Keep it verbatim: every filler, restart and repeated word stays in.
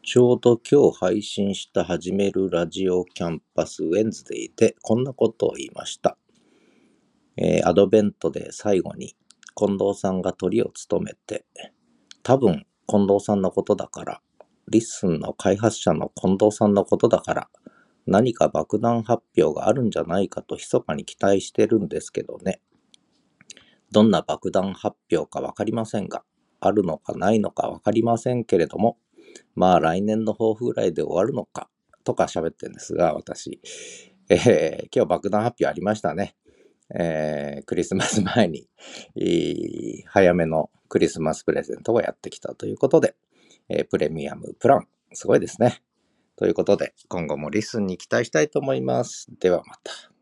ちょうど今日配信した始めるラジオキャンパスウェンズデーでこんなことを言いました。えーアドベントで最後に近藤さんがトリを務めて、多分近藤さんのことだから、リッスンの開発者の近藤さんのことだから、何か爆弾発表があるんじゃないかと密かに期待してるんですけどね。どんな爆弾発表かわかりませんが、あるのかないのかわかりませんけれども、まあ来年の抱負ぐらいで終わるのかとか喋ってるんですが、私、えー今日爆弾発表ありましたね。えークリスマス前に、いい早めのクリスマスプレゼントがやってきたということで、えープレミアムプラン、すごいですね。ということで、今後もリスンに期待したいと思います。ではまた。